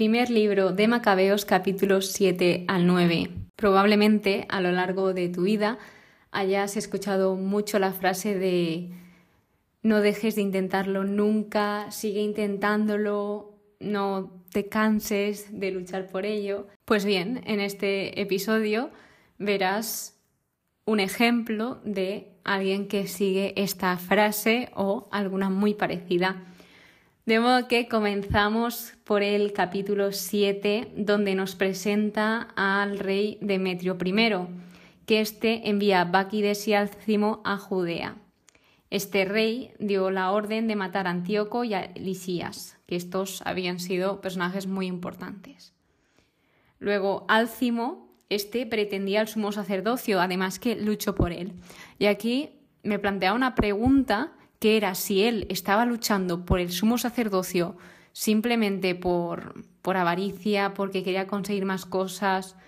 Primer libro de Macabeos, capítulos 7 al 9. Probablemente a lo largo de tu vida hayas escuchado mucho la frase de no dejes de intentarlo nunca, sigue intentándolo, no te canses de luchar por ello. Pues bien, en este episodio verás un ejemplo de alguien que sigue esta frase o alguna muy parecida. De modo que comenzamos por el capítulo 7, donde nos presenta al rey Demetrio I, que envía a Báquides y Álcimo a Judea. Este rey dio la orden de matar a Antíoco y a Lisías, que estos habían sido personajes muy importantes. Luego Álcimo, pretendía el sumo sacerdocio, además que luchó por él. Y aquí me plantea una pregunta, que era si él estaba luchando por el sumo sacerdocio simplemente por avaricia, porque quería conseguir más cosas,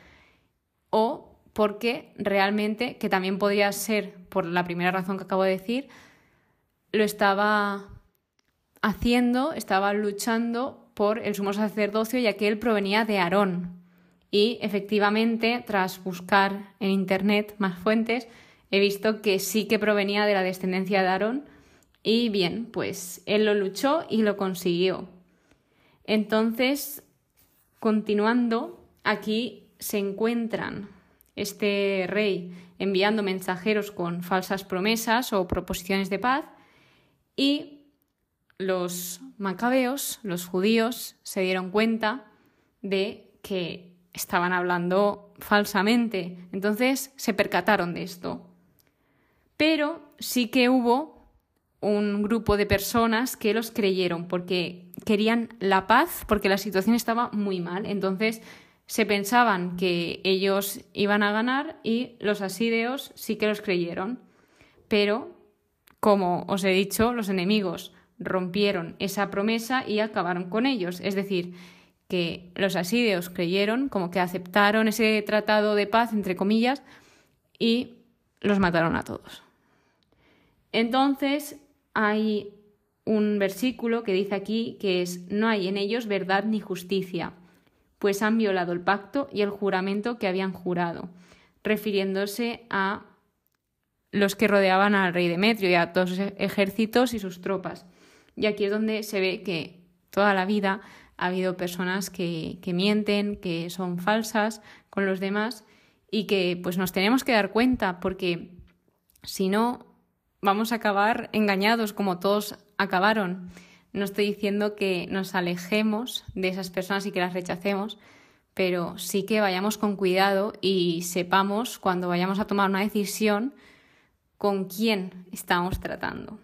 o porque realmente, que también podría ser por la primera razón que acabo de decir, lo estaba haciendo, estaba luchando por el sumo sacerdocio, ya que él provenía de Aarón. Y efectivamente, tras buscar en internet más fuentes, he visto que sí que provenía de la descendencia de Aarón. Y bien, pues él lo luchó y lo consiguió. Entonces, continuando, aquí se encuentran este rey enviando mensajeros con falsas promesas o proposiciones de paz, y los macabeos, los judíos, se dieron cuenta de que estaban hablando falsamente. Entonces se percataron de esto. Pero sí que hubo un grupo de personas que los creyeron porque querían la paz, porque la situación estaba muy mal. Entonces se pensaban que ellos iban a ganar y los asídeos sí que los creyeron. Pero, como os he dicho, los enemigos rompieron esa promesa y acabaron con ellos. Es decir, que los asídeos creyeron, como que aceptaron ese tratado de paz, entre comillas, y los mataron a todos. Entonces, hay un versículo que dice aquí que no hay en ellos verdad ni justicia, pues han violado el pacto y el juramento que habían jurado, refiriéndose a los que rodeaban al rey Demetrio y a todos sus ejércitos y sus tropas. Y aquí es donde se ve que toda la vida ha habido personas que mienten, que son falsas con los demás, y que pues nos tenemos que dar cuenta, porque si no vamos a acabar engañados como todos acabaron. No estoy diciendo que nos alejemos de esas personas y que las rechacemos, pero sí que vayamos con cuidado y sepamos cuando vayamos a tomar una decisión con quién estamos tratando.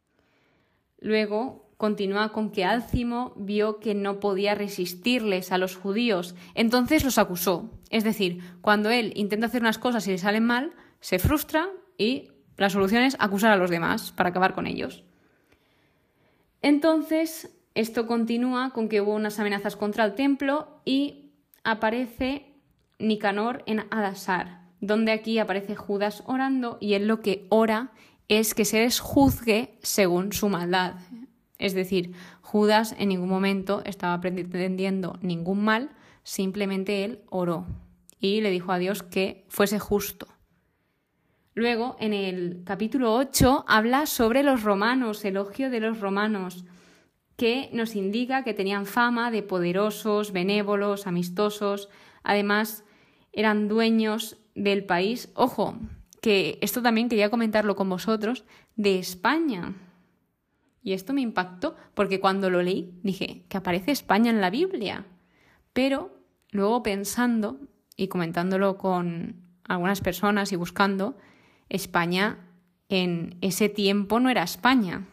Luego continúa con que Álcimo vio que no podía resistirles a los judíos, entonces los acusó. Es decir, cuando él intenta hacer unas cosas y le salen mal, se frustra y la solución es acusar a los demás para acabar con ellos. Entonces, esto continúa con que hubo unas amenazas contra el templo y aparece Nicanor en Adasar, donde aquí aparece Judas orando, y él lo que ora es que se les juzgue según su maldad. Es decir, Judas en ningún momento estaba pretendiendo ningún mal, simplemente él oró y le dijo a Dios que fuese justo. Luego, en el capítulo 8, habla sobre los romanos, elogio de los romanos, que nos indica que tenían fama de poderosos, benévolos, amistosos. Además, eran dueños del país. Ojo, que esto también quería comentarlo con vosotros, de España. Y esto me impactó porque cuando lo leí dije que aparece España en la Biblia. Pero luego pensando y comentándolo con algunas personas y buscando, España en ese tiempo no era España.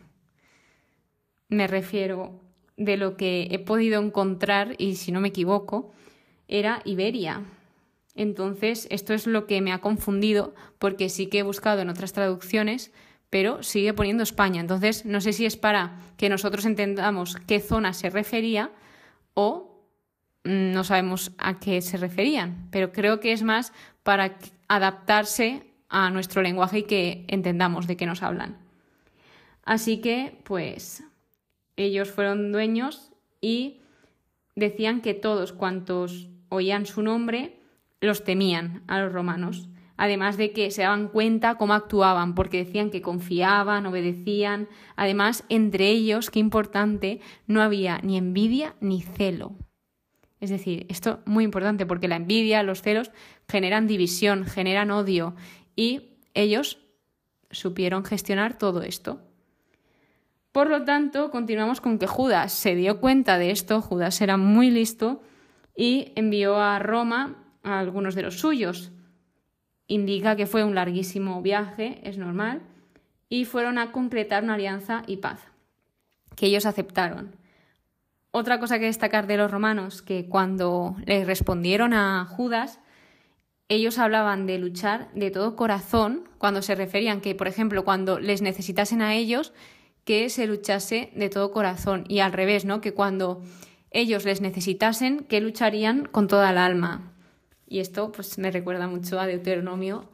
Me refiero, de lo que he podido encontrar, y si no me equivoco, era Iberia. Entonces, esto es lo que me ha confundido, porque sí que he buscado en otras traducciones, pero sigue poniendo España. Entonces, no sé si es para que nosotros entendamos qué zona se refería o no sabemos a qué se referían, pero creo que es más para adaptarse a nuestro lenguaje y que entendamos de qué nos hablan. Así que, pues, ellos fueron dueños y decían que todos cuantos oían su nombre los temían a los romanos. Además de que se daban cuenta cómo actuaban, porque decían que confiaban, obedecían. Además, entre ellos, qué importante, no había ni envidia ni celo. Es decir, esto es muy importante porque la envidia, los celos generan división, generan odio y ellos supieron gestionar todo esto. Por lo tanto, continuamos con que Judas se dio cuenta de esto, Judas era muy listo y envió a Roma a algunos de los suyos. Indica que fue un larguísimo viaje, es normal, y fueron a concretar una alianza y paz, que ellos aceptaron. Otra cosa que destacar de los romanos, que cuando les respondieron a Judas, ellos hablaban de luchar de todo corazón, cuando se referían que, por ejemplo, cuando les necesitasen a ellos, que se luchase de todo corazón, y al revés, ¿no? Que cuando ellos les necesitasen, que lucharían con toda el alma. Y esto pues me recuerda mucho a Deuteronomio,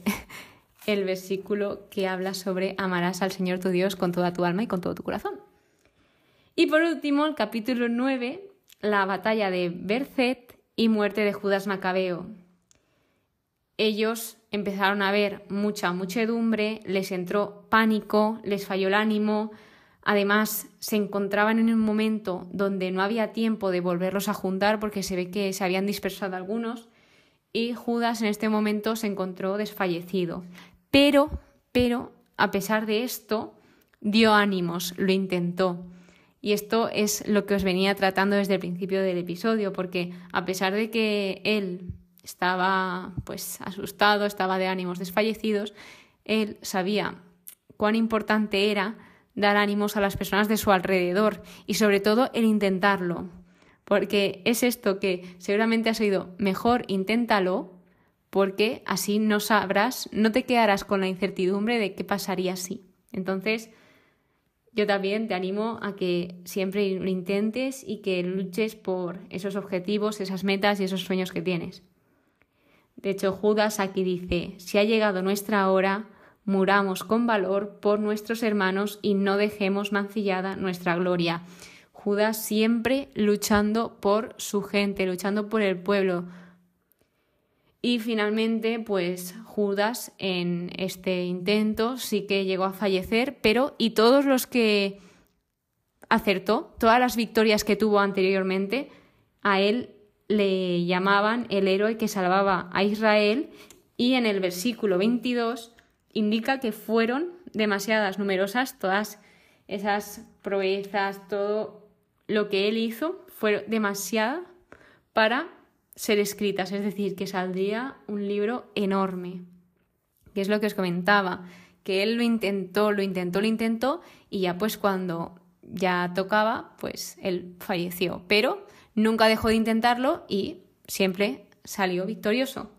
el versículo que habla sobre amarás al Señor tu Dios con toda tu alma y con todo tu corazón. Y por último, el capítulo 9, la batalla de Berzet y muerte de Judas Macabeo. Ellos empezaron a ver mucha muchedumbre, les entró pánico, les falló el ánimo. Además, se encontraban en un momento donde no había tiempo de volverlos a juntar porque se ve que se habían dispersado algunos. Y Judas en este momento se encontró desfallecido. Pero, a pesar de esto, dio ánimos, lo intentó. Y esto es lo que os venía tratando desde el principio del episodio, porque a pesar de que él estaba pues asustado, estaba de ánimos desfallecidos, él sabía cuán importante era dar ánimos a las personas de su alrededor y sobre todo el intentarlo. Porque es esto que seguramente has oído, mejor inténtalo, porque así no sabrás, no te quedarás con la incertidumbre de qué pasaría si. Entonces, yo también te animo a que siempre lo intentes y que luches por esos objetivos, esas metas y esos sueños que tienes. De hecho, Judas aquí dice, si ha llegado nuestra hora, muramos con valor por nuestros hermanos y no dejemos mancillada nuestra gloria. Judas siempre luchando por su gente, luchando por el pueblo. Y finalmente, pues Judas en este intento sí que llegó a fallecer, pero y todos los que acertó, todas las victorias que tuvo anteriormente, a él le llamaban el héroe que salvaba a Israel, y en el versículo 22 indica que fueron demasiadas numerosas todas esas proezas, todo lo que él hizo fue demasiado para ser escritas, es decir, que saldría un libro enorme, que es lo que os comentaba, que él lo intentó y ya pues cuando ya tocaba, pues él falleció, pero nunca dejó de intentarlo y siempre salió victorioso.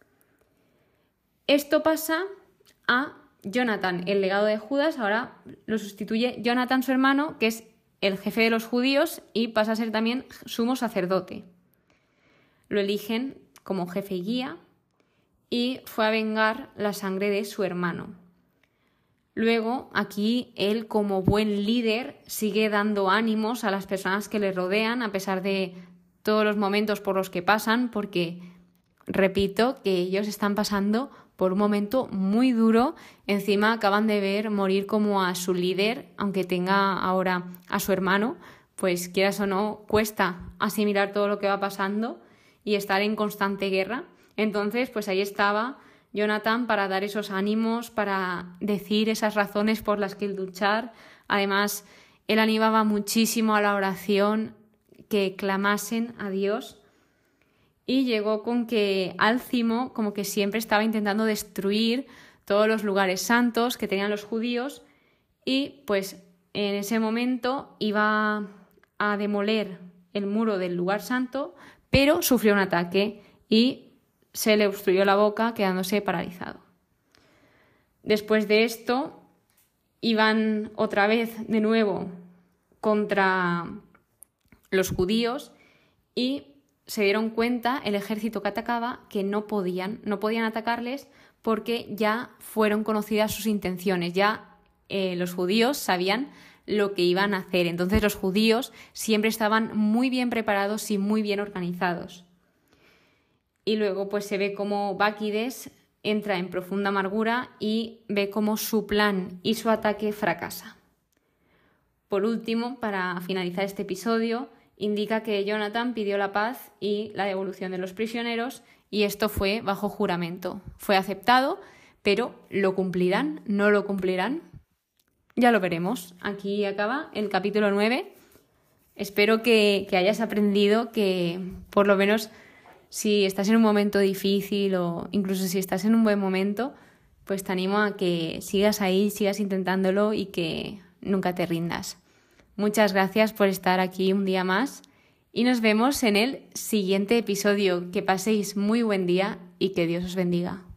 Esto pasa a Jonathan, el legado de Judas, ahora lo sustituye Jonathan, su hermano, que es el jefe de los judíos y pasa a ser también sumo sacerdote. Lo eligen como jefe y guía y fue a vengar la sangre de su hermano. Luego, aquí, él como buen líder sigue dando ánimos a las personas que le rodean a pesar de todos los momentos por los que pasan, porque, repito, que ellos están pasando por un momento muy duro. Encima acaban de ver morir como a su líder, aunque tenga ahora a su hermano, pues quieras o no, cuesta asimilar todo lo que va pasando y estar en constante guerra. Entonces, pues ahí estaba Jonathan para dar esos ánimos, para decir esas razones por las que luchar. Además, él animaba muchísimo a la oración, que clamasen a Dios. Y llegó con que Álcimo como que siempre estaba intentando destruir todos los lugares santos que tenían los judíos y pues en ese momento iba a demoler el muro del lugar santo, pero sufrió un ataque y se le obstruyó la boca quedándose paralizado. Después de esto iban otra vez de nuevo contra los judíos y se dieron cuenta, el ejército que atacaba, que no podían atacarles porque ya fueron conocidas sus intenciones, ya los judíos sabían lo que iban a hacer. Entonces los judíos siempre estaban muy bien preparados y muy bien organizados. Y luego pues se ve cómo Báquides entra en profunda amargura y ve cómo su plan y su ataque fracasa. Por último, para finalizar este episodio, indica que Jonathan pidió la paz y la devolución de los prisioneros y esto fue bajo juramento. Fue aceptado, pero ¿lo cumplirán? ¿No lo cumplirán? Ya lo veremos. Aquí acaba el capítulo 9. Espero que hayas aprendido que, por lo menos, si estás en un momento difícil o incluso si estás en un buen momento, pues te animo a que sigas ahí, sigas intentándolo y que nunca te rindas. Muchas gracias por estar aquí un día más y nos vemos en el siguiente episodio. Que paséis muy buen día y que Dios os bendiga.